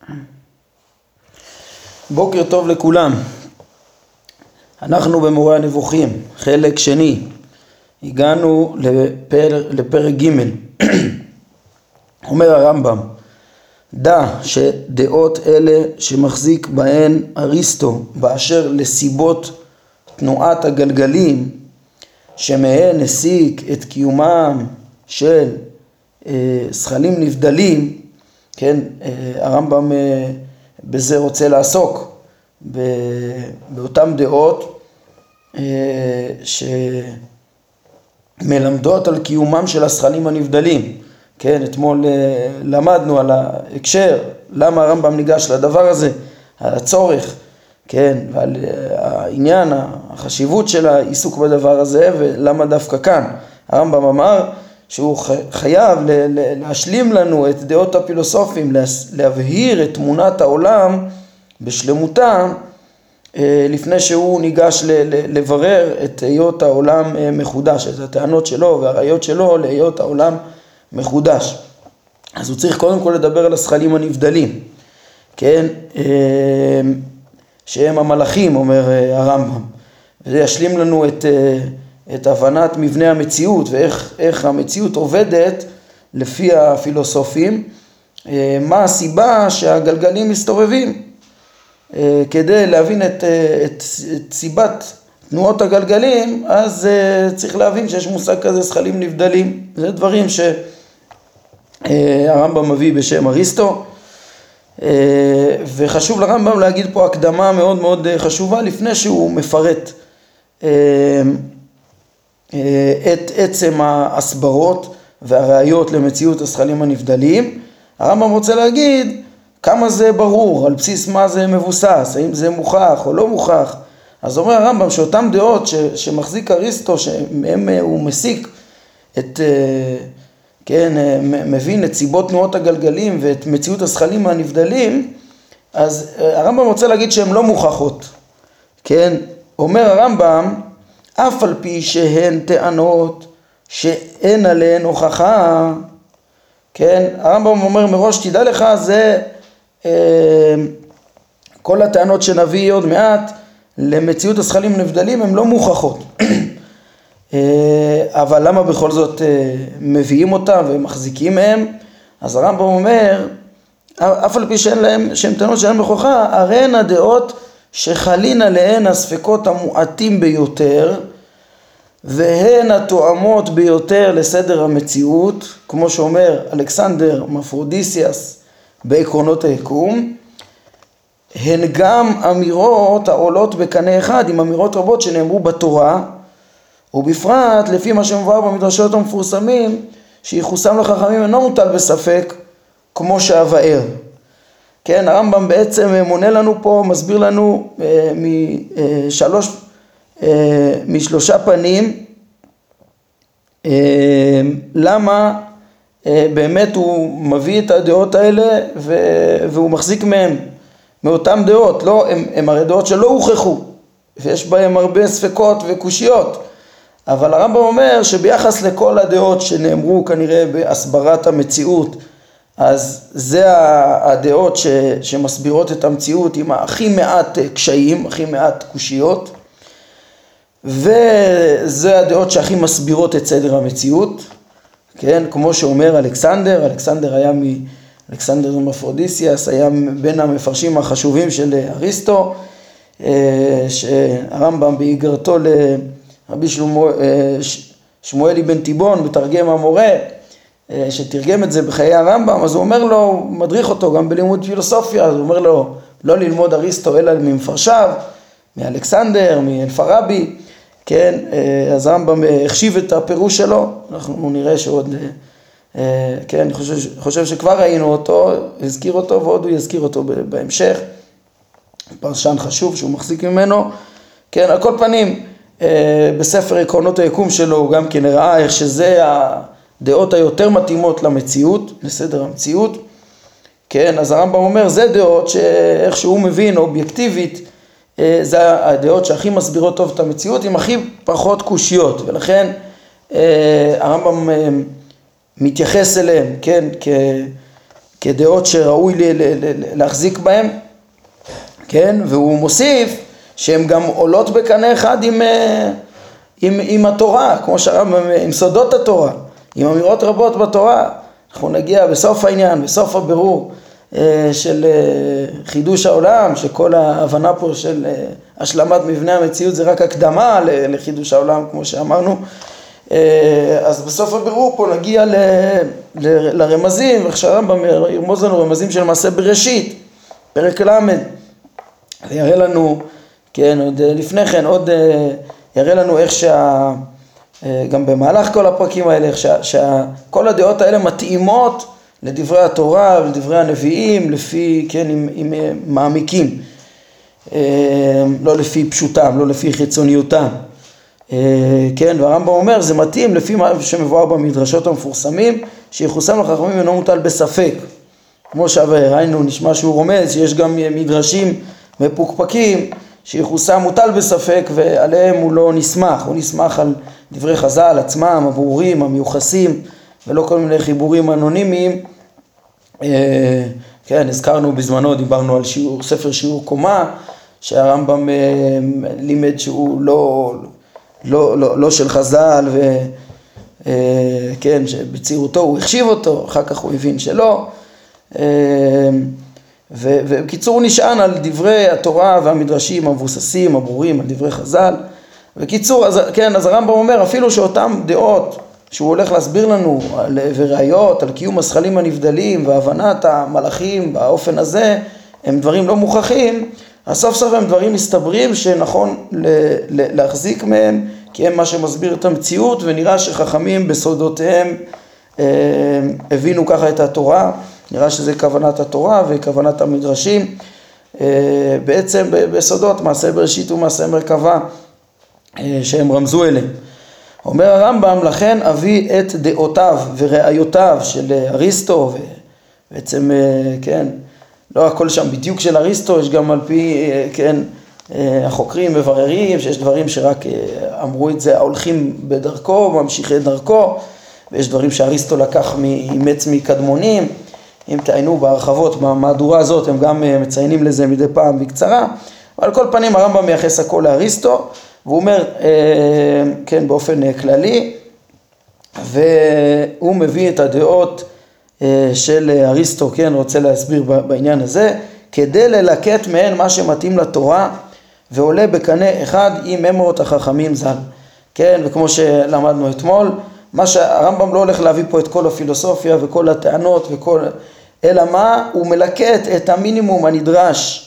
בוקר טוב לכולם. אנחנו במורה הנבוכים, חלק שני. הגענו לפרק ג'. אומר הרמב"ם, דע שדעות אלה שמחזיק בהן אריסטו באשר לסיבות תנועת הגלגלים, שמהן הסיק את קיומם של שכלים נבדלים, כן, הרמב"ם בזה רוצה לעסוק, באותן דעות שמלמדות על קיומם של השכלים הנבדלים. כן, אתמול למדנו על ההקשר, למה הרמב"ם ניגש לדבר הזה, על הצורך, כן, ועל העניין, החשיבות של העיסוק בדבר הזה, ולמה דווקא כאן. הרמב"ם אמר שהוא חייב להשלים לנו את דעות הפילוסופים, להבהיר את תמונת העולם בשלמותה, לפני שהוא ניגש לברר את היות העולם מחודש, את הטענות שלו והראיות שלו להיות העולם מחודש. אז הוא צריך קודם כל לדבר על השכלים הנבדלים, כן, שהם המלאכים, אומר הרמב"ם, וזה ישלים לנו את הבנת מבנה המציאות ואיך המציאות עובדת לפי הפילוסופים, מה הסיבה שהגלגלים מסתובבים. כדי להבין את סיבת תנועות הגלגלים, אז צריך להבין שיש מושג כזה שכלים נבדלים. זה דברים שהרמב"ם מביא בשם אריסטו, וחשוב לרמב"ם להגיד פה הקדמה מאוד מאוד חשובה לפני שהוא מפרט את עצם ההסברות והראיות למציאות השכלים הנבדלים. הרמב"ם רוצה להגיד כמה זה ברור, על בסיס מה זה מבוסס, האם זה מוכח או לא מוכח. אז אומר הרמב"ם שאותם דעות שמחזיק אריסטו, שמהם הוא מסיק כן, מבין את סיבות תנועות הגלגלים ואת מציאות השכלים הנבדלים, אז הרמב"ם רוצה להגיד שהן לא מוכחות. כן, אומר הרמב"ם, אף על פי שהן טענות שאין עליהן הוכחה, כן, הרמב"ם אומר מראש, תדע לך, זה כל הטענות שנביא עוד מעט למציאות השכלים נבדלים הן לא מוכחות. אבל למה בכל זאת מביאים אותם ומחזיקים מהם? אז הרמב"ם אומר, אף על פי שהן טענות שאין הוכחה, הראיין הדעות שחלין עליהן הספקות המועטים ביותר, והן התואמות ביותר לסדר המציאות, כמו שאומר אלכסנדר מפרודיסיאס בעקרונות היקום, הן גם אמירות העולות בקנה אחד עם אמירות רבות שנאמרו בתורה, ובפרט לפי מה שמובא במדרשות המפורסמים, שייחוסם לחכמים אינו מוטל בספק, כמו שהבאר. כן, הרמב"ם בעצם מונה לנו פה, מסביר לנו משלושה פנים, למה באמת הוא מביא את הדעות האלה והוא מחזיק מהם, מאותם דעות. לא, הם הרי דעות שלא הוכחו, ויש בהם הרבה ספקות וקושיות, אבל הרמב"ם אומר שביחס לכל הדעות שנאמרו כנראה בהסברת המציאות, אז זה הדעות שמסבירות את המציאות עם הכי מעט קשיים, הכי מעט קושיות, וזה הדעות שהכי מסבירות את סדר המציאות. כן, כמו שאומר אלכסנדר אלכסנדר מפרודיסיאס היה בין המפרשים החשובים של אריסטו, שהרמב"ם באיגרתו לרבי שמואלי בן תיבון, בתרגם המורה, שתרגם את זה בחיי הרמב"ם, אז הוא אומר לו, הוא מדריך אותו גם בלימוד פילוסופיה, אז הוא אומר לו לא ללמוד אריסטו אלא ממפרשיו, מאלכסנדר, מאלפרבי. כן, אז הרמב"ם החשיב את הפירוש שלו, אנחנו נראה שעוד, כן, אני חושב שכבר ראינו אותו, הזכיר אותו, ועוד הוא יזכיר אותו בהמשך, פרשן חשוב שהוא מחזיק ממנו. כן, על כל פנים, בספר עקרונות היקום שלו הוא גם כן הראה איך שזה הדעות היותר מתאימות למציאות, לסדר המציאות. כן, אז הרמב"ם אומר, זה דעות שאיך שהוא מבין אובייקטיבית, זה הדעות שהכי מסבירות טוב את המציאות עם הכי פחות קושיות, ולכן הרמב"ם מתייחס אליהם, כן, כדעות שראוי להחזיק בהם, כן? והוא מוסיף שהן גם עולות בקנה אחד עם התורה, כמו שהרמב"ם, עם סודות התורה, עם אמירות רבות בתורה. אנחנו נגיע בסוף העניין, בסוף הבירור של חידוש העולם, שכל ההבנה פה של השלמת מבנה המציאות זה רק הקדמה לחידוש העולם, כמו שאמרנו. אז בסוף הבירור פה נגיע לרמזים, איך שהרמב"ם ירמוז לנו רמזים של מעשה בראשית, פרק למד, ויראה לנו, כן, עוד לפני כן, עוד יראה לנו איך גם במהלך כל הפרקים האלה, איך שכל הדעות האלה מתאימות לדברי התורה ולדברי הנביאים, לפי, כן, עם מעמיקים, לא לפי פשוטם, לא לפי חיצוניותם. כן, והרמב"ם אומר, זה מתאים לפי מה שמבואר במדרשות המפורסמים, שיחוסם לחכמים אינו מוטל בספק. כמו שראינו, נשמע שהוא רומז, שיש גם מדרשים מפוקפקים, שיחוסם מוטל בספק, ועליהם הוא לא נסמך, הוא נסמך על דברי חז"ל עצמם, הברורים, המיוחסים, ולא כל מיני חיבורים אנונימיים. כן, הזכרנו בזמנו, דיברנו על ספר שיעור קומה, שהרמב"ם לימד שהוא לא של חז"ל, כן, שבצעירותו הוא החשיב אותו, אחר כך הוא הבין שלא, ובקיצור הוא נשען על דברי התורה והמדרשים המבוססים, הברורים, על דברי חז"ל. בקיצור, אז הרמב"ם אומר, אפילו שאותם דעות שהוא הולך להסביר לנו וראיות על קיום השכלים הנבדלים והבנת המלאכים באופן הזה, הם דברים לא מוכחים, אז סוף סוף הם דברים מסתברים שנכון להחזיק מהם, כי הם מה שמסביר את המציאות, ונראה שחכמים בסודותיהם הבינו ככה את התורה, נראה שזה כוונת התורה וכוונת המדרשים, בעצם בסודות מעשה בראשית ומעשה מרכבה שהם רמזו אליהם. אומר הרמב"ם, לכן אביא את דעותיו וראיותיו של אריסטו, ובעצם, כן, לא הכל שם בדיוק של אריסטו, יש גם על פי, כן, החוקרים מבררים שיש דברים שרק אמרו את זה ההולכים בדרכו, ממשיכי דרכו, ויש דברים שאריסטו לקח מאימץ מקדמונים. אם תעיינו בהרחבות במהדורה הזאת, הם גם מציינים לזה מדי פעם בקצרה, אבל על כל פנים הרמב"ם מייחס הכל לאריסטו, והוא אומר, כן, באופן כללי, והוא מביא את הדעות של אריסטו, כן, רוצה להסביר בעניין הזה, כדי ללקט מהן מה שמתאים לתורה, ועולה בקנה אחד עם אמרות החכמים ז"ל. כן, וכמו שלמדנו אתמול, מה שהרמב"ם לא הולך להביא פה את כל הפילוסופיה וכל הטענות וכל, אלא מה? הוא מלקט את המינימום הנדרש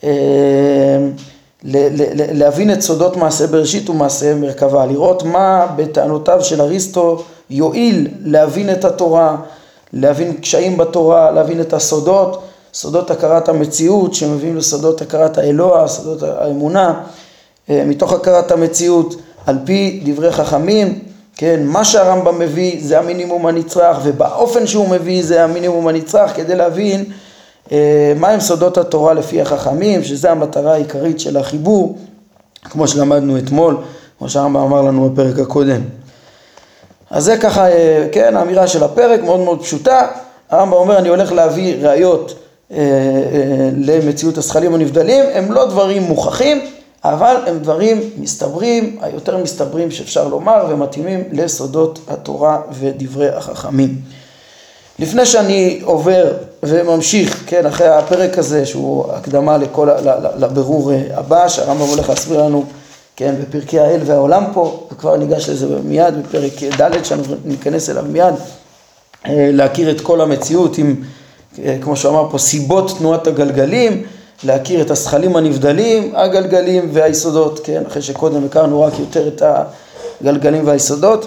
להבין את סודות מעשה בראשית ומעשה מרכבה, לראות מה בטענותיו של אריסטו יועיל להבין את התורה, להבין קשיים בתורה, להבין את הסודות, סודות הכרת המציאות שמביאים לסודות הכרת האלוה, סודות האמונה, מתוך הכרת המציאות על פי דברי חכמים. כן, מה שהרמב"ם מביא זה המינימום הנצרך, ובאופן שהוא מביא זה המינימום הנצרך, כדי להבין מהם סודות התורה לפי החכמים, שזה המטרה העיקרית של החיבור, כמו שלמדנו אתמול, כמו שהרמב"ם אמר לנו בפרק הקודם. אז זה ככה, כן, האמירה של הפרק מאוד מאוד פשוטה. הרמב"ם אומר, אני הולך להביא ראיות למציאות השכלים הנבדלים, הם לא דברים מוכחים, אבל הם דברים מסתברים, היותר מסתברים שאפשר לומר, ומתאימים לסודות התורה ודברי החכמים. לפני שאני עובר וממשיך, כן, אחרי הפרק הזה, שהוא הקדמה לבירור הבא, שהרמב"ם הולך להסביר לנו, כן, בפרקי האל והעולם פה, וכבר ניגש לזה מיד, בפרק ד' שאנחנו ניכנס אליו מיד, להכיר את כל המציאות עם, כמו שאמר פה, סיבות תנועת הגלגלים, להכיר את השכלים הנבדלים, הגלגלים והיסודות, כן, אחרי שקודם הכרנו רק יותר את הגלגלים והיסודות,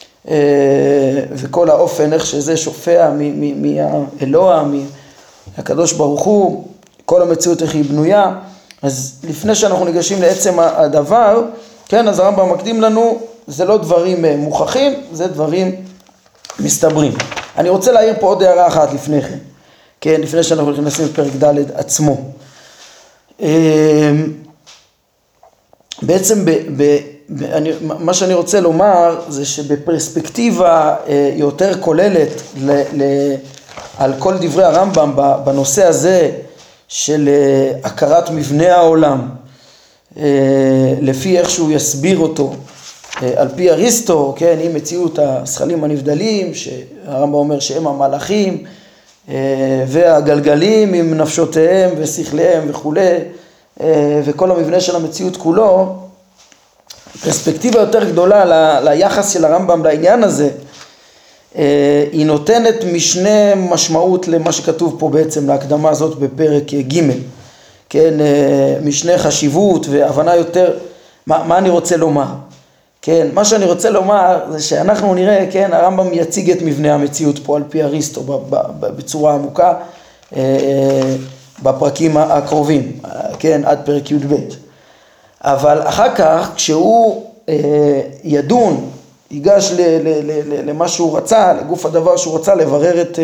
וכל האופן איך שזה שופע מהאלוה, מהקדוש ברוך הוא, כל המציאות איך היא בנויה. אז לפני שאנחנו ניגשים לעצם הדבר, כן, אז הרמב"ם מקדים לנו, זה לא דברים מוכחים, זה דברים מסתברים. אני רוצה להעיר פה עוד הערה אחת לפני כן, כן, לפני שאנחנו נכנסים לפרק ד' עצמו. בעצם מה שאני רוצה לומר זה שבפרספקטיבה יותר כוללת על כל דברי הרמב"ם בנושא הזה של הכרת מבנה העולם, לפי איך שהוא יסביר אותו, על פי אריסטו, כן, עם מציאות השכלים הנבדלים, שהרמב"ם אומר שהם המלאכים, והגלגלים עם נפשותיהם ושכליהם וכו', וכל המבנה של המציאות כולו, פרספקטיבה יותר גדולה ליחס של הרמב"ם לעניין הזה, היא נותנת משנה משמעות למה שכתוב פה בעצם להקדמה הזאת בפרק ג', כן, משנה חשיבות והבנה יותר, מה אני רוצה לומר. כן, מה שאני רוצה לומר זה שאנחנו נראה, כן, הרמב"ם יציג את מבנה המציאות פה על פי אריסטו בצורה עמוקה בפרקים הקרובים, כן, עד פרק י"ב. אבל אחר כך כשהוא ידון, ייגש למה שהוא רצה, לגוף הדבר שהוא רצה לברר את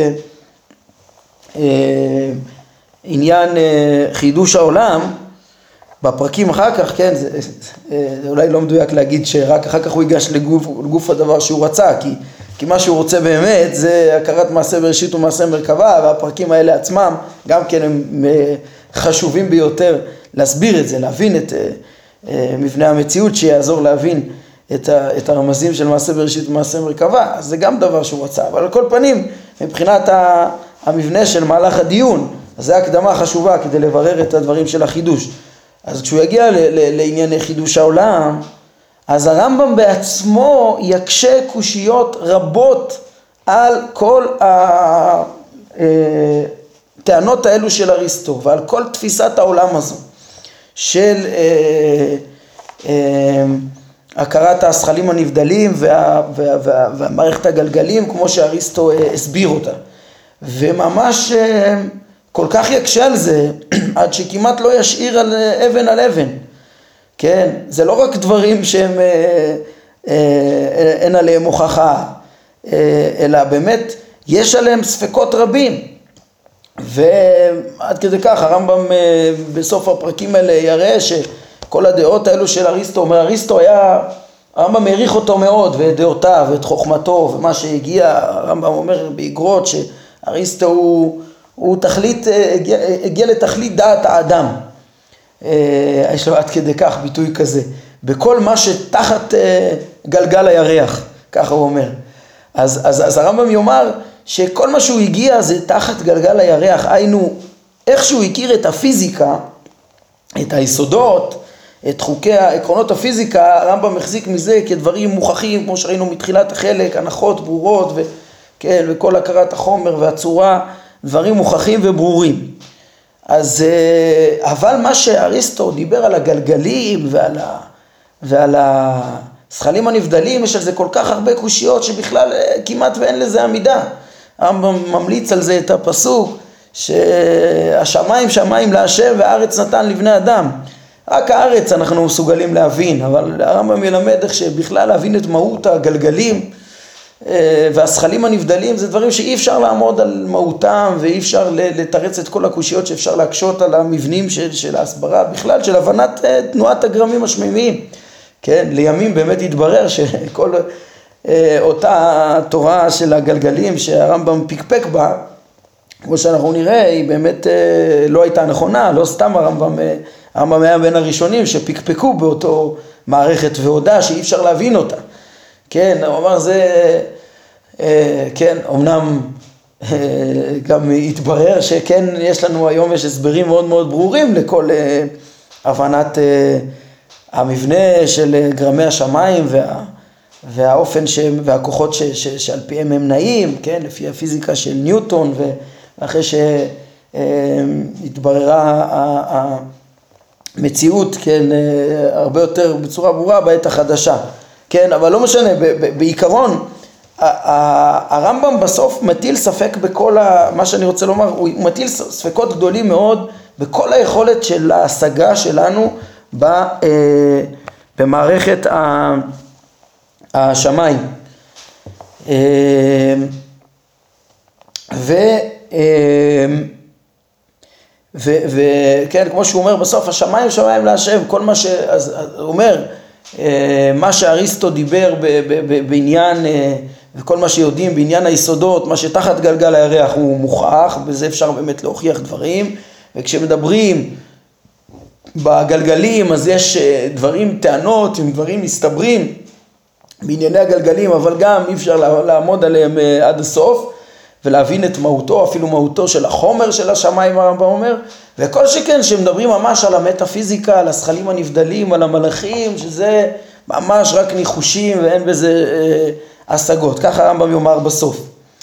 עניין חידוש העולם, בפרקים אחר כך, כן, זה אולי לא מדויק להגיד שרק אחר כך הוא ייגש לגוף הדבר שהוא רצה, כי מה שהוא רוצה באמת זה הכרת מעשה בראשית ומעשה מרכבה, והפרקים האלה עצמם גם כן הם חשובים ביותר להסביר את זה, להבין את מבנה המציאות שיעזור להבין את הרמזים של מעשה בראשית ומעשה מרכבה, אז זה גם דבר שהוא רצה, אבל על כל פנים מבחינת המבנה של מהלך הדיון, אז זה הקדמה חשובה כדי לברר את הדברים של החידוש. אז כשהוא יגיע לענייני חידוש העולם, אז הרמב"ם בעצמו יקשה קושיות רבות על כל הטענות האלו של אריסטו, ועל כל תפיסת העולם הזו, של הכרת השכלים הנבדלים והמערכת הגלגלים, כמו שאריסטו הסביר אותה. וממש כל כך יקשה על זה, עד שכמעט לא ישאיר אבן על אבן. כן, זה לא רק דברים שהם אין עליהם הוכחה, אלא באמת יש עליהם ספקות רבים. ועד כדי כך הרמב"ם בסוף הפרקים האלה יראה שכל הדעות האלו של אריסטו, אומר אריסטו הרמב"ם העריך אותו מאוד, ואת דעותיו ואת חוכמתו, ומה שהגיע, הרמב"ם אומר באגרות שאריסטו הוא הגיע לתכלית דעת האדם. יש לו עד כדי כך ביטוי כזה, בכל מה שתחת גלגל הירח, ככה הוא אומר. אז הרמב"ם יאמר שכל מה שהוא הגיע זה תחת גלגל הירח, היינו איך שהוא הכיר את הפיזיקה, את היסודות, את חוקי העקרונות הפיזיקה, הרמב"ם מחזיק מזה כדברים מוכחים, כמו שראינו מתחילת החלק, הנחות ברורות וכן, וכל הכרת החומר והצורה, דברים מוכחים וברורים. אז אבל מה שאריסטו דיבר על הגלגלים ועל השכלים הנבדלים, יש על זה כל כך הרבה קושיות שבכלל כמעט ואין לזה עמידה. הרמב"ם ממליץ על זה את הפסוק שהשמיים שמיים להשם והארץ נתן לבני אדם. רק הארץ אנחנו מסוגלים להבין, אבל הרמב"ם ילמד איך שבכלל להבין את מהות הגלגלים והשכלים הנבדלים זה דברים שאי אפשר לעמוד על מהותם, ואי אפשר לתרץ את כל הקושיות שאפשר להקשות על המבנים של ההסברה, בכלל של הבנת תנועת הגרמים השמימיים. כן, לימים באמת התברר שכל אותה תורה של הגלגלים שהרמב"ם פיקפק בה, כמו שאנחנו נראה, היא באמת לא הייתה נכונה, לא סתם הרמב"ם היה בין הראשונים שפיקפקו באותו מערכת והודע שאי אפשר להבין אותה. כן, הוא אמר זה, כן, אמנם גם התברר שכן יש לנו היום יש הסברים מאוד מאוד ברורים לכל הבנת המבנה של גרמי השמיים והאופן והכוחות שעל פיהם הם נעים, כן, לפי הפיזיקה של ניוטון, ואחרי שהתבררה המציאות, כן, הרבה יותר בצורה ברורה בעת החדשה. כן, אבל לא משנה, בעיקרון, הרמב"ם בסוף מטיל ספק בכל מה שאני רוצה לומר, הוא מטיל ספקות גדולים מאוד בכל היכולת של ההשגה שלנו במערכת השמיים. וכן, כמו שהוא אומר בסוף, השמיים שמיים להשם, כל מה אז הוא אומר, מה שאריסטו דיבר בעניין וכל מה שיודעים בעניין היסודות, מה שתחת גלגל הירח הוא מוכח, בזה אפשר באמת להוכיח דברים, וכשמדברים בגלגלים אז יש דברים, טענות, דברים מסתברים בענייני הגלגלים, אבל גם אי אפשר לעמוד עליהם עד הסוף, ולהבין את מהותו, אפילו מהותו של החומר של השמיים, הרמב"ם אומר, וכל שכן שמדברים ממש על המטאפיזיקה, על השכלים הנבדלים, על המלאכים, שזה ממש רק ניחושים ואין בזה השגות, ככה הרמב"ם יאמר בסוף.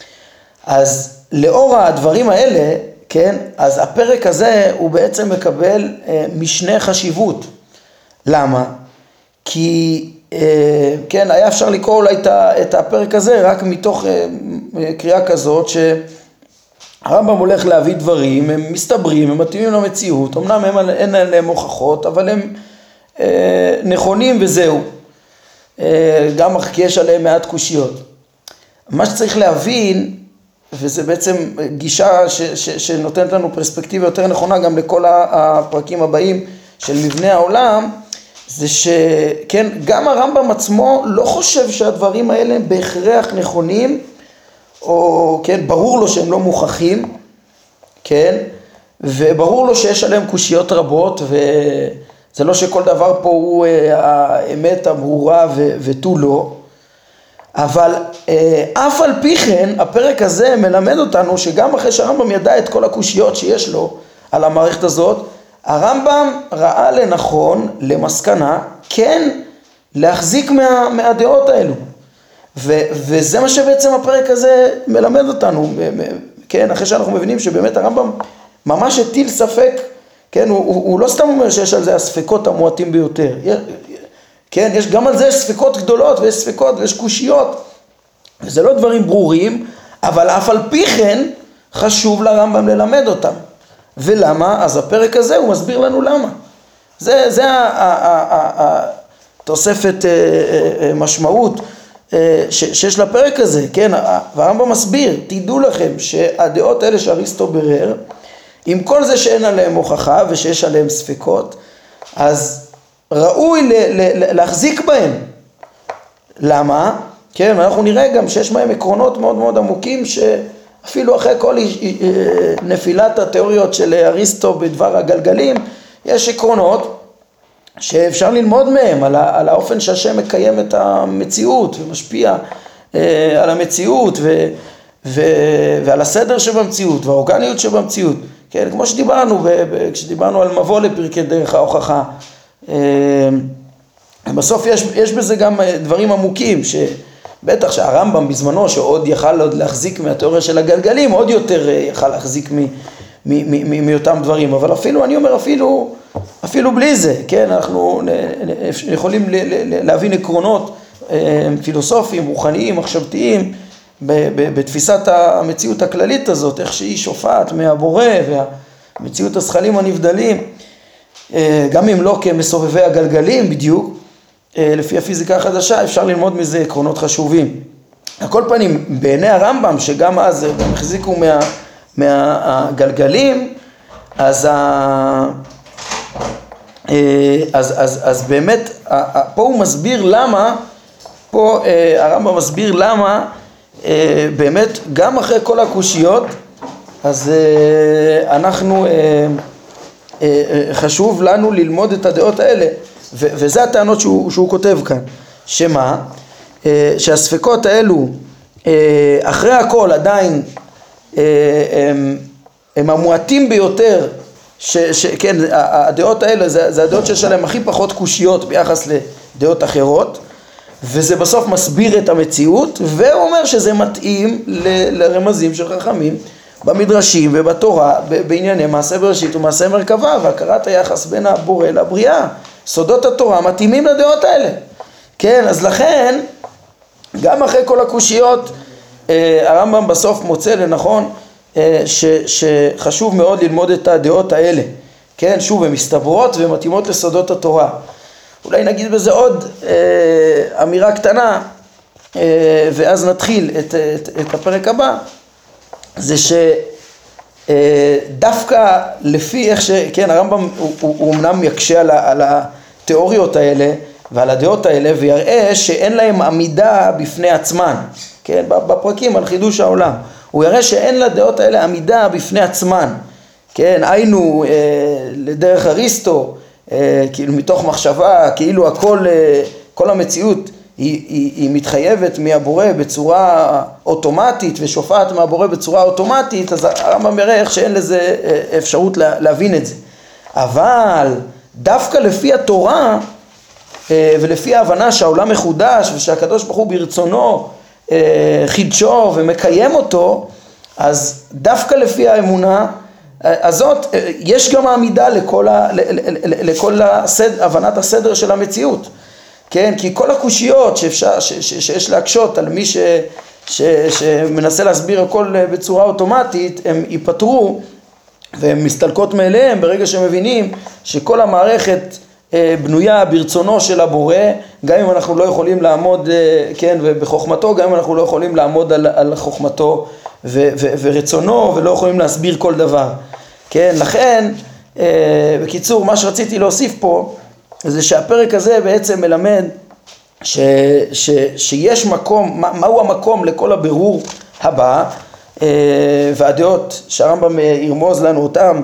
אז לאור הדברים האלה, כן, אז הפרק הזה הוא בעצם מקבל משנה חשיבות. למה? כי כן, היה אפשר לקרוא אולי את הפרק הזה רק מתוך קריאה כזאת שהרמב"ם הולך להביא דברים, הם מסתברים, הם מתאימים למציאות, אמנם אין להם הוכחות, אבל הם נכונים וזהו. גם כי יש עליהם מעט קושיות. מה שצריך להבין, וזה בעצם גישה שנותנת לנו פרספקטיבה יותר נכונה גם לכל הפרקים הבאים של מבנה העולם, זה שכן, גם הרמב"ם עצמו לא חושב שהדברים האלה בהכרח נכונים, או כן, ברור לו שהם לא מוכחים, כן, וברור לו שיש עליהם קושיות רבות, וזה לא שכל דבר פה הוא האמת הברורה ותו לא, אבל אף על פי כן הפרק הזה מלמד אותנו שגם אחרי שהרמב"ם ידע את כל הקושיות שיש לו על המערכת הזאת, הרמב"ם ראה לנכון, למסקנה, כן להחזיק מהדעות האלו. וזה מה שבעצם הפרק הזה מלמד אותנו, כן, אחרי שאנחנו מבינים שבאמת הרמב"ם ממש הטיל ספק, כן, הוא לא סתם אומר שיש על זה הספקות המועטים ביותר, כן, יש גם על זה ספקות גדולות ויש ספקות ויש קושיות, וזה לא דברים ברורים, אבל אף על פי כן חשוב לרמב"ם ללמד אותם. ולמה? אז הפרק הזה הוא מסביר לנו למה. זה התוספת משמעות שיש לפרק הזה, כן? והרמב"ם מסביר, תדעו לכם שהדעות האלה שאריסטו ברר, עם כל זה שאין עליהם הוכחה ושיש עליהם ספקות, אז ראוי להחזיק בהם. למה? כן, אנחנו נראה גם שיש מהם עקרונות מאוד מאוד עמוקים אפילו אחרי כל נפילת התיאוריות של אריסטו בדבר הגלגלים, יש עקרונות שאפשר ללמוד מהם על האופן שהשם מקיים את המציאות ומשפיע על המציאות ועל הסדר שבמציאות והאורגניות שבמציאות. כן, כמו שדיברנו, כשדיברנו על מבוא לפרקי דרך ההוכחה. בסוף יש בזה גם דברים עמוקים בטח שהרמב"ם בזמנו שעוד יכל להחזיק מהתיאוריה של הגלגלים, עוד יותר יכל להחזיק מאותם דברים, אבל אפילו, אני אומר אפילו בלי זה, כן, אנחנו יכולים להבין עקרונות פילוסופיים, רוחניים, מחשבתיים, בתפיסת המציאות הכללית הזאת, איך שהיא שופעת מהבורא והמציאות השכלים הנבדלים, גם אם לא כמסובבי הגלגלים בדיוק, לפי הפיזיקה החדשה אפשר ללמוד מזה עקרונות חשובים. על כל פנים, בעיני הרמב"ם, שגם אז הם החזיקו מהגלגלים, אז באמת, פה הוא מסביר למה, פה הרמב"ם מסביר למה, באמת, גם אחרי כל הקושיות, אז אנחנו, חשוב לנו ללמוד את הדעות האלה, וזה הטענות שהוא כותב כאן, שמה? שהספקות האלו אחרי הכל עדיין הם המועטים ביותר, כן, הדעות האלה זה הדעות שיש עליהן הכי פחות קושיות ביחס לדעות אחרות, וזה בסוף מסביר את המציאות, והוא אומר שזה מתאים לרמזים של חכמים במדרשים ובתורה בענייני מעשה בראשית ומעשה מרכבה, והכרת היחס בין הבורא לבריאה. סודות התורה מתאימים לדעות האלה. כן, אז לכן, גם אחרי כל הקושיות, הרמב"ם בסוף מוצא לנכון שחשוב מאוד ללמוד את הדעות האלה. כן, שוב, הן מסתברות ומתאימות לסודות התורה. אולי נגיד בזה עוד אמירה קטנה, ואז נתחיל את הפרק הבא, זה דווקא לפי איך כן, הרמב"ם הוא אמנם יקשה על התיאוריות האלה ועל הדעות האלה, ויראה שאין להם עמידה בפני עצמן. כן, בפרקים על חידוש העולם. הוא יראה שאין לדעות האלה עמידה בפני עצמן, כן, היינו לדרך אריסטו, כאילו מתוך מחשבה, כאילו כל המציאות היא מתחייבת מהבורא בצורה אוטומטית ושופעת מהבורא בצורה אוטומטית, אז הרמב"ם יראה איך שאין לזה אפשרות להבין את זה. אבל דווקא לפי התורה ולפי ההבנה שהעולם מחודש ושהקדוש ברוך הוא ברצונו חידשו ומקיים אותו, אז דווקא לפי האמונה הזאת יש גם העמידה לכל הבנת הסדר של המציאות, כן? כי כל הקושיות שיש להקשות על מי שמנסה להסביר הכל בצורה אוטומטית, הם ייפטרו והן מסתלקות מאליהם ברגע שמבינים שכל המערכת בנויה ברצונו של הבורא, גם אם אנחנו לא יכולים לעמוד, כן, ובחוכמתו, גם אם אנחנו לא יכולים לעמוד על חוכמתו ורצונו ולא יכולים להסביר כל דבר, כן? לכן, בקיצור, מה שרציתי להוסיף פה זה שהפרק הזה בעצם מלמד שיש מקום, מהו המקום לכל הבירור הבא, והדעות שהרמב"ם ירמוז לנו אותם,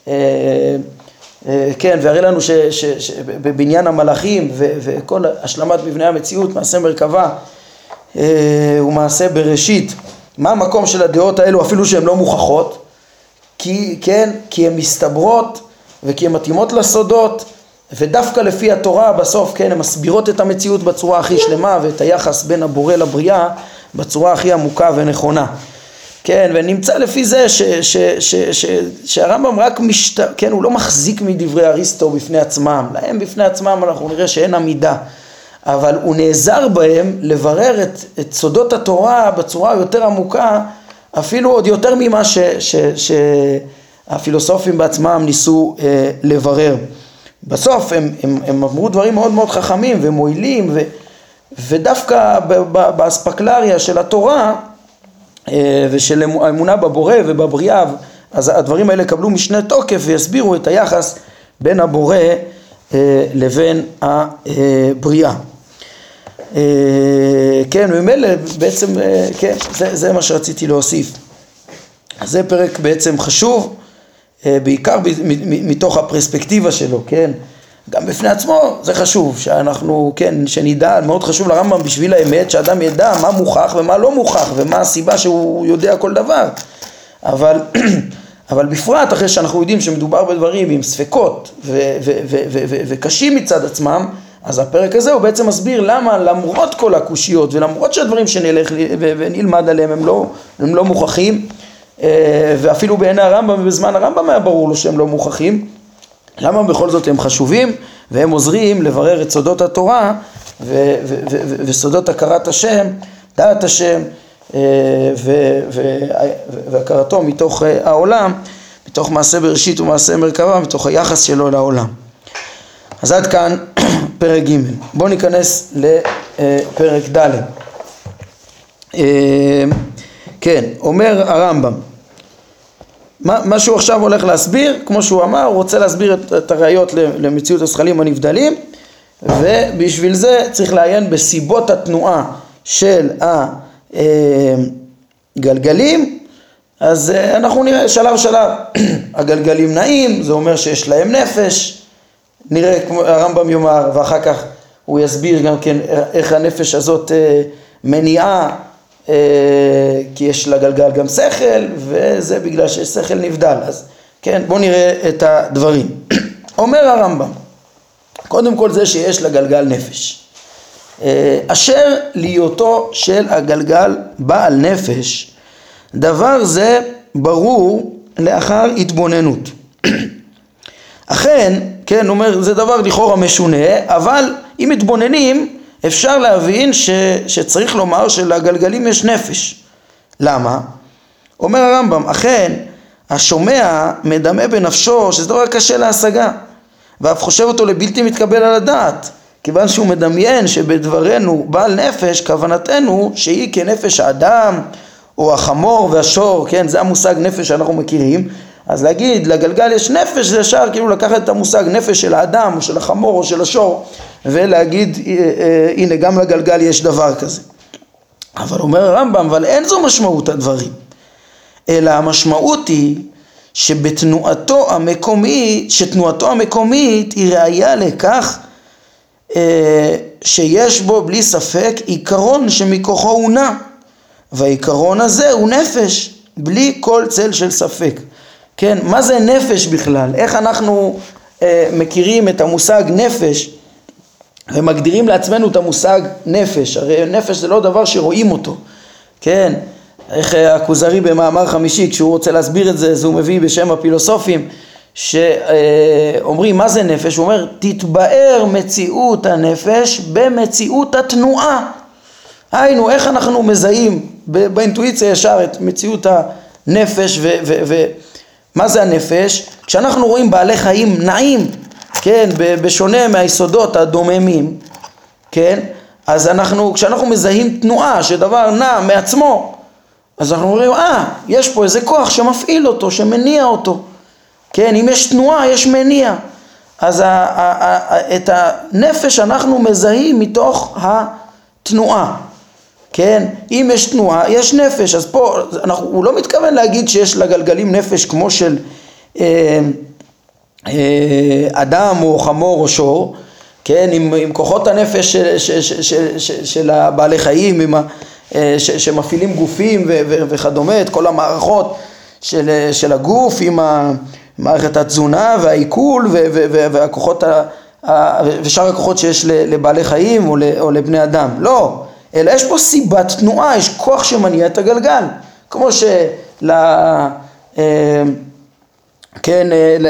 כן, והראה לנו שבבניין המלאכים וכל השלמת מבנה המציאות, מעשה מרכבה ומעשה בראשית, מה המקום של הדעות האלו אפילו שהן לא מוכחות, כי הן מסתברות וכי הן מתאימות לסודות, ודווקא לפי התורה בסוף, כן, הן מסבירות את המציאות בצורה הכי שלמה ואת היחס בין הבורא לבריאה בצורה הכי עמוקה ונכונה. כן, ונמצא לפי זה שהרמב"ם רק כן, הוא לא מחזיק מדברי אריסטו בפני עצמם, להם בפני עצמם אנחנו נראה שאין עמידה, אבל הוא נעזר בהם לברר את סודות התורה בצורה יותר עמוקה, אפילו עוד יותר ממה שהפילוסופים בעצמם ניסו לברר. בסוף הם אמרו דברים מאוד מאוד חכמים ומועילים, ודווקא באספקלריה של התורה ושל האמונה בבורא ובבריאה, אז הדברים האלה קבלו משנה תוקף ויסבירו את היחס בין הבורא לבין הבריאה. כן, וממילא בעצם, כן, זה מה שרציתי להוסיף. אז זה פרק בעצם חשוב, בעיקר מתוך הפרספקטיבה שלו, כן? גם בפני עצמו זה חשוב שאנחנו, כן, שנדע, מאוד חשוב לרמב"ם בשביל האמת, שאדם ידע מה מוכח ומה לא מוכח ומה הסיבה שהוא יודע כל דבר. אבל בפרט אחרי שאנחנו יודעים שמדובר בדברים עם ספקות וקשים מצד עצמם, אז הפרק הזה הוא בעצם מסביר למה למרות כל הקושיות ולמרות שהדברים שנלך ונלמד עליהם הם לא מוכחים, ואפילו בעיני הרמב"ם ובזמן הרמב"ם היה ברור לו שהם לא מוכחים, למה בכל זאת הם חשובים והם עוזרים לברר את סודות התורה וסודות הכרת השם, דעת השם והכרתו מתוך העולם, מתוך מעשה בראשית ומעשה מרכבה, מתוך היחס שלו לעולם. אז עד כאן פרק ג'. בואו ניכנס לפרק ד'. כן, אומר הרמב"ם, מה שהוא עכשיו הולך להסביר, כמו שהוא אמר, הוא רוצה להסביר את הראיות למציאות הזכלים הנבדלים, ובשביל זה צריך לעיין בסיבות התנועה של הגלגלים. אז אנחנו נראה שלב שלב. הגלגלים נעים, זה אומר שיש להם נפש, נראה כמו הרמב"ם יאמר, ואחר כך הוא יסביר גם כן איך הנפש הזאת מניעה, כי יש לגלגל גם שכל, וזה בגלל ששכל נבדל. אז כן, בואו נראה את הדברים. אומר הרמב"ם, קודם כל זה שיש לגלגל נפש, אשר להיותו של הגלגל בעל נפש, דבר זה ברור לאחר התבוננות. אכן, כן, אומר, זה דבר לכאורה משונה, אבל אם מתבוננים אפשר להבין שצריך לומר שלגלגלים יש נפש. למה? אומר הרמב"ם, אכן השומע מדמה בנפשו שזה דבר קשה להשגה, ואף חושב אותו לבלתי מתקבל על הדעת, כיוון שהוא מדמיין שבדברנו בעל נפש, כוונתנו שהיא כנפש האדם או החמור והשור, כן, זה המושג נפש שאנחנו מכירים. אז להגיד לגלגל יש נפש, זה ישר כאילו לקחת את המושג נפש של האדם או של החמור או של השור ולהגיד הנה גם לגלגל יש דבר כזה. אבל אומר הרמב"ם, אבל אין זו משמעות הדברים, אלא המשמעות היא שתנועתו המקומית היא ראיה לכך שיש בו בלי ספק עיקרון שמכוחו הוא נע, והעיקרון הזה הוא נפש, בלי כל צל של ספק. כן, מה זה נפש בכלל? איך אנחנו מכירים את המושג נפש ומגדירים לעצמנו את המושג נפש? הרי נפש זה לא דבר שרואים אותו, כן? איך הכוזרי במאמר חמישי, כשהוא רוצה להסביר את זה, אז הוא מביא בשם הפילוסופים שאומרים מה זה נפש, הוא אומר תתבאר מציאות הנפש במציאות התנועה. היינו, איך אנחנו מזהים באינטואיציה ישר את מציאות הנפש ומה זה הנפש? כשאנחנו רואים בעלי חיים נעים, כן, בשונה מהיסודות הדוממים, כן, אז כשאנחנו מזהים תנועה שדבר נע מעצמו, אז אנחנו אומרים, יש פה איזה כוח שמפעיל אותו, שמניע אותו, כן, אם יש תנועה יש מניע. אז את הנפש אנחנו מזהים מתוך התנועה, כן, אם יש תנועה יש נפש. אז פה הוא לא מתכוון להגיד שיש לגלגלים נפש כמו של אדם או חמור או שור, כן, עם כוחות הנפש של הבעלי חיים, שמפעילים גופים וכדומה, את כל המערכות של הגוף עם מערכת התזונה והעיכול והכוחות ושאר הכוחות שיש לבעלי חיים או לבני אדם. לא, אלא יש פה סיבת תנועה, יש כוח שמניע את הגלגל, כמו כן,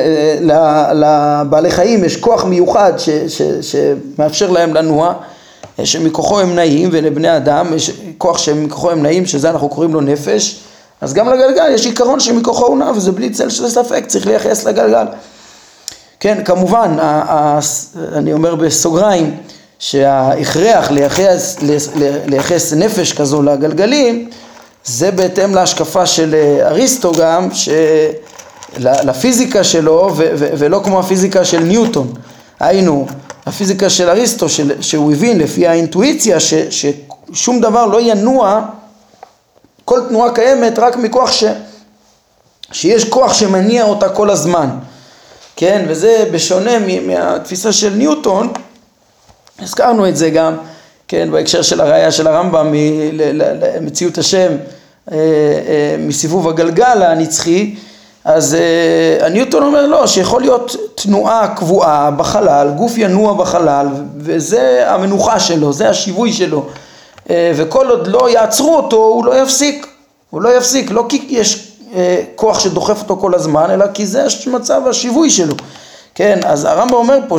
לבעלי חיים יש כוח מיוחד שמאפשר להם לנוע, שמכוחו הם נעים, ולבני אדם יש כוח שמכוחו הם נעים, שזה אנחנו קוראים לו נפש. אז גם לגלגל יש עיקרון שמכוחו הוא נע, וזה בלי צל של ספק, צריך לייחס לגלגל. כן, כמובן, אני אומר בסוגריים, שההכרח לייחס נפש כזו לגלגלים, זה בהתאם להשקפה של אריסטו גם, לפיזיקה שלו, ולא כמו הפיזיקה של ניוטון. היינו, הפיזיקה של אריסטו, שהוא הבין לפי האינטואיציה, ששום דבר לא ינוע, כל תנועה קיימת רק מכוח שיש כוח שמניע אותה כל הזמן. כן, וזה בשונה מהתפיסה של ניוטון, הזכרנו את זה גם, כן, בהקשר של הראייה של הרמב"ם למציאות השם מסיבוב הגלגל הנצחי. אז ניוטון אומר לא, שיכול להיות תנועה קבועה בחלל, גוף ינוע בחלל, וזה המנוחה שלו, זה השיווי שלו, וכל עוד לא יעצרו אותו הוא לא יפסיק, לא כי יש כוח שדוחף אותו כל הזמן, אלא כי זה מצב השיווי שלו. כן, אז הרמב"ם אומר פה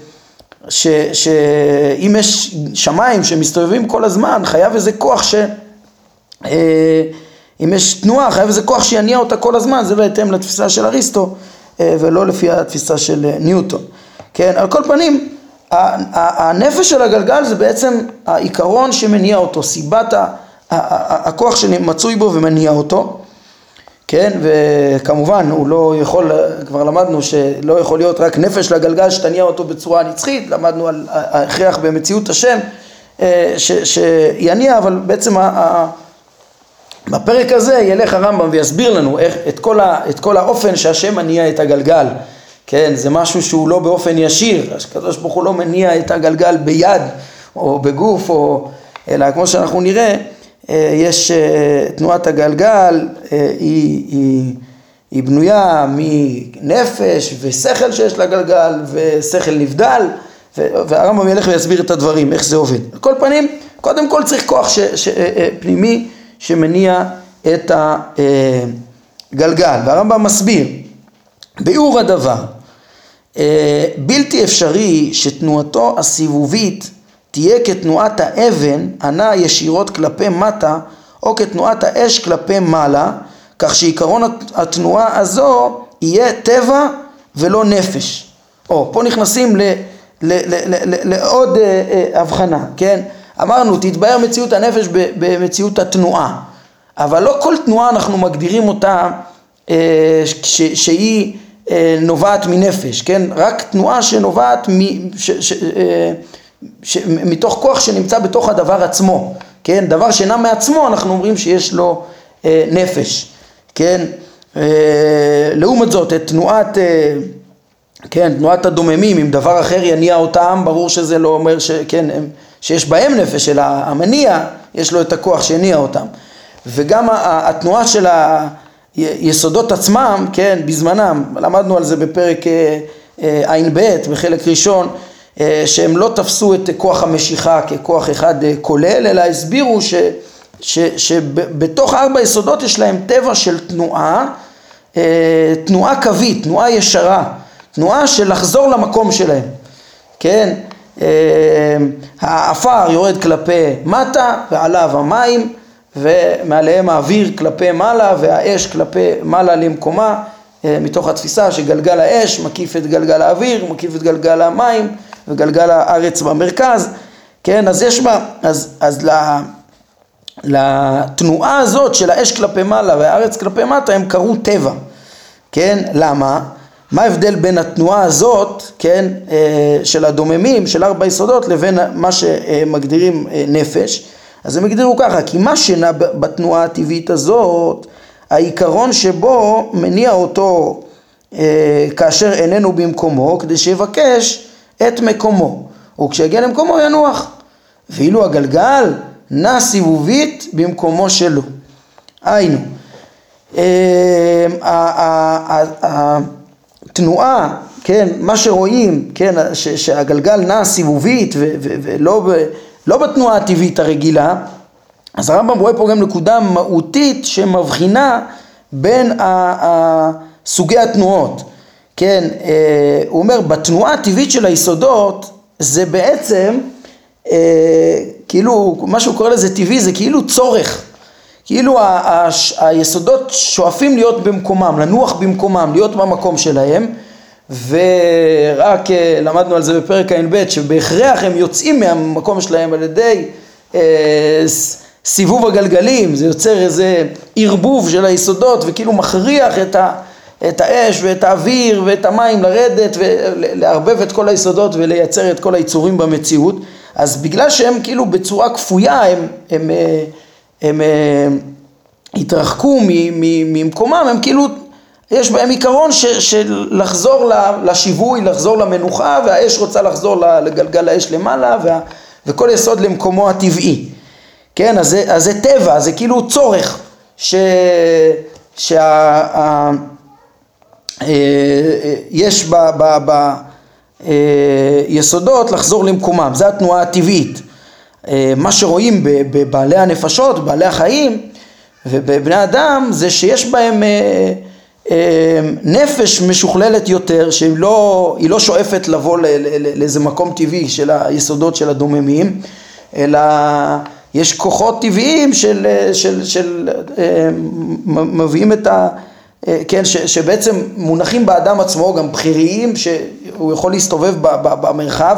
שאם יש שמיים שמסתובבים כל הזמן, חייב איזה כוח אם יש תנועה, חייב איזה כוח שיניע אותה כל הזמן. זה בהתאם לתפיסה של אריסטו ולא לפי התפיסה של ניוטון. כן, על כל פנים, הנפש של הגלגל זה בעצם העיקרון שמניע אותו, סיבת הכוח שמצוי בו ומניע אותו. כן, וכמובן הוא לא יכול, כבר למדנו שלא יכול להיות רק נפש לגלגל שתניע אותו בצורה נצחית, למדנו על ההכרח במציאות השם שיניע, אבל בעצם בפרק הזה ילך הרמב"ם ויסביר לנו את כל האופן שהשם מניע את הגלגל. כן, זה משהו שהוא לא באופן ישיר, הקדוש ברוך הוא לא מניע את הגלגל ביד או בגוף, אלא כמו שאנחנו נראה, יש תנועת הגלגל, היא בנויה מנפש ושכל שיש לגלגל ושכל נבדל, והרמב"ם ילך ויסביר את הדברים, איך זה עובד. על כל פנים, קודם כל צריך כוח פנימי שמניע את הגלגל, והרמב"ם מסביר, ביאור הדבר, בלתי אפשרי שתנועתו הסיבובית תהיה כתנועת האבן הנעה ישירות כלפי מטה, או כתנועת האש כלפי מעלה, כך שעיקרון התנועה הזו יהיה טבע ולא נפש. פה נכנסים לעוד הבחנה, כן? אמרנו, תתבהר מציאות הנפש במציאות התנועה, אבל לא כל תנועה אנחנו מגדירים אותה שהיא נובעת מנפש, כן? רק תנועה שנובעת מתוך כוח שנמצא בתוך הדבר עצמו, כן, דבר שאינה מעצמו אנחנו אומרים שיש לו נפש, כן, לעומת זאת את תנועת, כן, תנועת הדוממים, אם דבר אחר יניע אותם, ברור שזה לא אומר שכן, שיש בהם נפש, אלא המניע יש לו את הכוח שיניע אותם, וגם התנועה של היסודות עצמם, כן, בזמנם, למדנו על זה בפרק עין ב' בחלק ראשון, שהם לא תפסו את כוח המשיכה ככוח אחד כולל, אלא הסבירו שבתוך 4 יסודות יש להם טבע של תנועה קווית, תנועה ישרה, תנועה של לחזור למקום שלהם, כן, האפר יורד כלפי מטה ועליו המים, ומעליהם האוויר כלפי מעלה והאש כלפי מעלה למקומה, מתוך התפיסה שגלגל האש מקיף את גלגל האוויר, מקיף את גלגל המים וגלגל הארץ במרכז, כן, אז יש בה, אז לתנועה הזאת של האש כלפי מעלה והארץ כלפי מטה הם קראו טבע, כן, למה? מה ההבדל בין התנועה הזאת, כן, של הדוממים, של 4 יסודות, לבין מה שמגדירים נפש? אז הם הגדירו ככה, כי מה שנע בתנועה הטבעית הזאת, העיקרון שבו מניע אותו כאשר איננו במקומו, כדי שיבקש את מקומו, וכשיגיע למקומו ינוח, ואילו הגלגל נע סיבובית במקומו שלו. היינו, התנועה, כן, מה שרואים, כן, שהגלגל נע סיבובית ולא בתנועה הטבעית הרגילה, אז הרמב"ם רואה פה גם נקודה מהותית שמבחינה בין סוגי התנועות, כן, הוא אומר בתנועה הטבעית של היסודות זה בעצם כאילו מה שהוא קורא לזה טבעי, זה כאילו צורך, כאילו היסודות שואפים להיות במקומם, לנוח במקומם, להיות במקום שלהם, ורק למדנו על זה בפרק עין ב' שבהכרח הם יוצאים מהמקום שלהם על ידי סיבוב הגלגלים, זה יוצר איזה ערבוב של היסודות וכאילו מכריח את האש ואת האוויר ואת המים לרדת ולערבב את כל היסודות ולייצר את כל היצורים במציאות. אז בגלל שהם כאילו בצורה כפויה הם התרחקו ממקומם, הם כאילו יש בהם עיקרון של לחזור לשיווי, לחזור למנוחה, והאש רוצה לחזור לגלגל האש למעלה וכל יסוד למקומו הטבעי. כן, אז זה טבע, זה כאילו צורך יש ביסודות לחזור למקומם, זה התנועה הטבעית. מה שרואים בבעלי הנפשות, בעלי החיים ובבני אדם, זה שיש בהם נפש משוכללת יותר, שהיא לא שואפת לבוא לאיזה מקום טבעי של היסודות של הדוממים, אלא יש כוחות טבעיים של מביאים את כן, שבעצם מונחים באדם עצמו, גם בחיריים, שהוא יכול להסתובב במרחב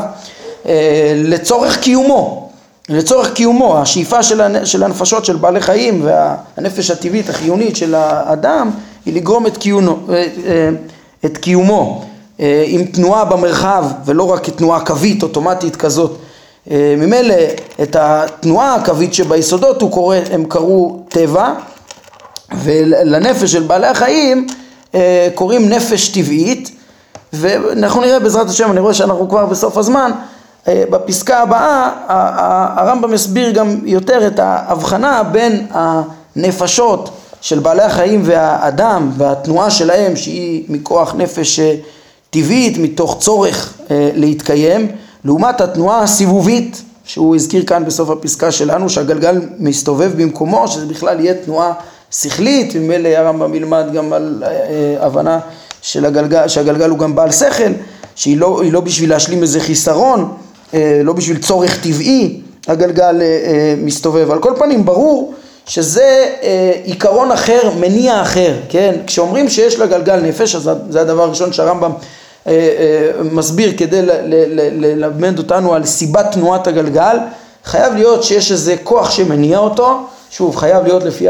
לצורך קיומו, השאיפה של הנפשות של בעלי חיים והנפש הטבעית החיונית של האדם היא לגרום את קיומו עם תנועה במרחב ולא רק תנועה קווית אוטומטית כזאת. ממילא את התנועה הקווית שביסודות הם קראו טבע, ולנפש של בעלי החיים קוראים נפש טבעית, ואנחנו נראה בעזרת השם, אני רואה שאנחנו כבר בסוף הזמן, בפסקה הבאה הרמב"ם מסביר גם יותר את ההבחנה בין הנפשות של בעלי החיים והאדם והתנועה שלהם שהיא מכוח נפש טבעית מתוך צורך להתקיים, לעומת התנועה הסיבובית שהוא הזכיר כאן בסוף הפסקה שלנו, שהגלגל מסתובב במקומו, שזה בכלל יהיה תנועה שכלית. ממילא הרמב"ם ילמד גם על הבנה של שהגלגל הוא גם בעל שכל, שהיא לא בשביל להשלים איזה חיסרון, לא בשביל צורך טבעי הגלגל מסתובב. על כל פנים ברור שזה עיקרון אחר, מניע אחר, כן? כשאומרים שיש לגלגל נפש, אז זה הדבר הראשון שהרמב"ם מסביר כדי ללמד אותנו על סיבת תנועת הגלגל. חייב להיות שיש איזה כוח שמניע אותו, שוב חייב להיות לפי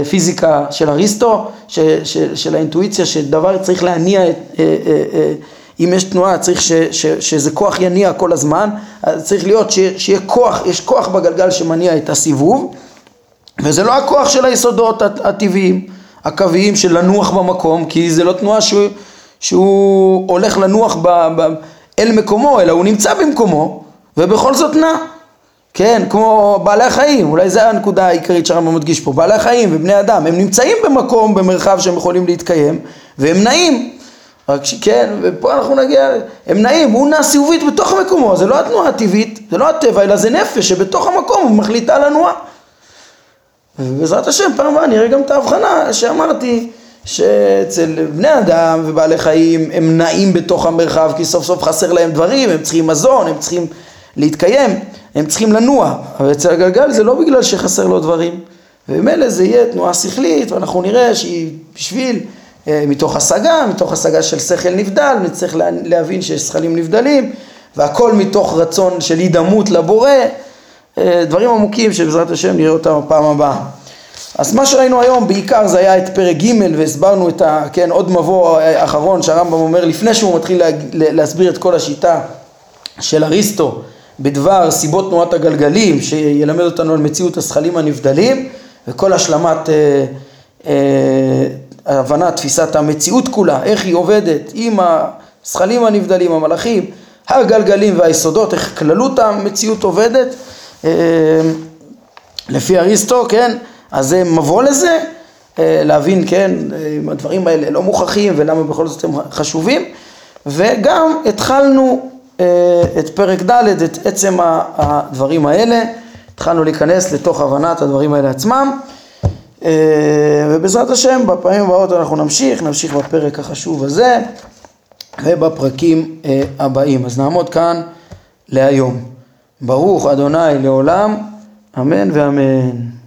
הפיזיקה של אריסטו, של האינטואיציה, שדבר צריך להניע אם יש תנועה צריך שזה כוח יניע כל הזמן, אז צריך להיות שיהיה כוח, יש כוח בגלגל שמניע את הסיבוב, וזה לא הכוח של היסודות הטבעיים, הקוויים של לנוח במקום, כי זה לא תנועה שהוא הולך לנוח אל מקומו, אלא הוא נמצא במקומו, ובכל זאת נע. כן, כמו בעלי החיים, אולי זה הנקודה העיקרית שהרמב"ם מדגיש פה, בעלי החיים ובני אדם, הם נמצאים במקום, במרחב שהם יכולים להתקיים, והם נעים, רק שכן, ופה אנחנו נגיע, הם נעים, הוא נע סיבובית בתוך מקומו, זה לא התנועה הטבעית, זה לא הטבע, אלא זה נפש שבתוך המקום הוא מחליטה לנוע. ובעזרת השם, פעם הבאה נראה גם את ההבחנה שאמרתי, שאצל בני אדם ובעלי חיים הם נעים בתוך המרחב, כי סוף סוף חסר להם דברים, הם צריכים מזון, הם צריכים להתקיים, הם צריכים לנוע, אבל אצל הגלגל זה לא בגלל שחסר לו דברים, ובמילא זה יהיה תנועה שכלית, ואנחנו נראה שהיא בשביל, מתוך השגה של שכל נבדל, נצטרך להבין שיש שכלים נבדלים, והכל מתוך רצון של הידמות לבורא, דברים עמוקים שבעזרת השם נראה אותם הפעם הבאה. אז מה שראינו היום בעיקר זה היה את פרק ג' והסברנו את עוד מבוא האחרון שהרמב"ם אומר לפני שהוא מתחיל להסביר את כל השיטה של אריסטו בדבר סיבות תנועת הגלגלים שילמד אותנו על מציאות השכלים הנבדלים וכל השלמת הבנה תפיסת המציאות כולה, איך היא עובדת עם השכלים הנבדלים, המלאכים, הגלגלים והיסודות, איך כללות המציאות עובדת לפי אריסטו, כן? אז זה מבוא לזה, להבין, כן, אם הדברים האלה לא מוכחים ולמה בכל זאת הם חשובים, וגם התחלנו את פרק ד' את עצם הדברים האלה, התחלנו להיכנס לתוך הבנת הדברים האלה עצמם, ובעזרת השם בפעמים הבאות אנחנו נמשיך בפרק החשוב הזה, ובפרקים הבאים. אז נעמוד כאן להיום. ברוך אדוני לעולם, אמן ואמן.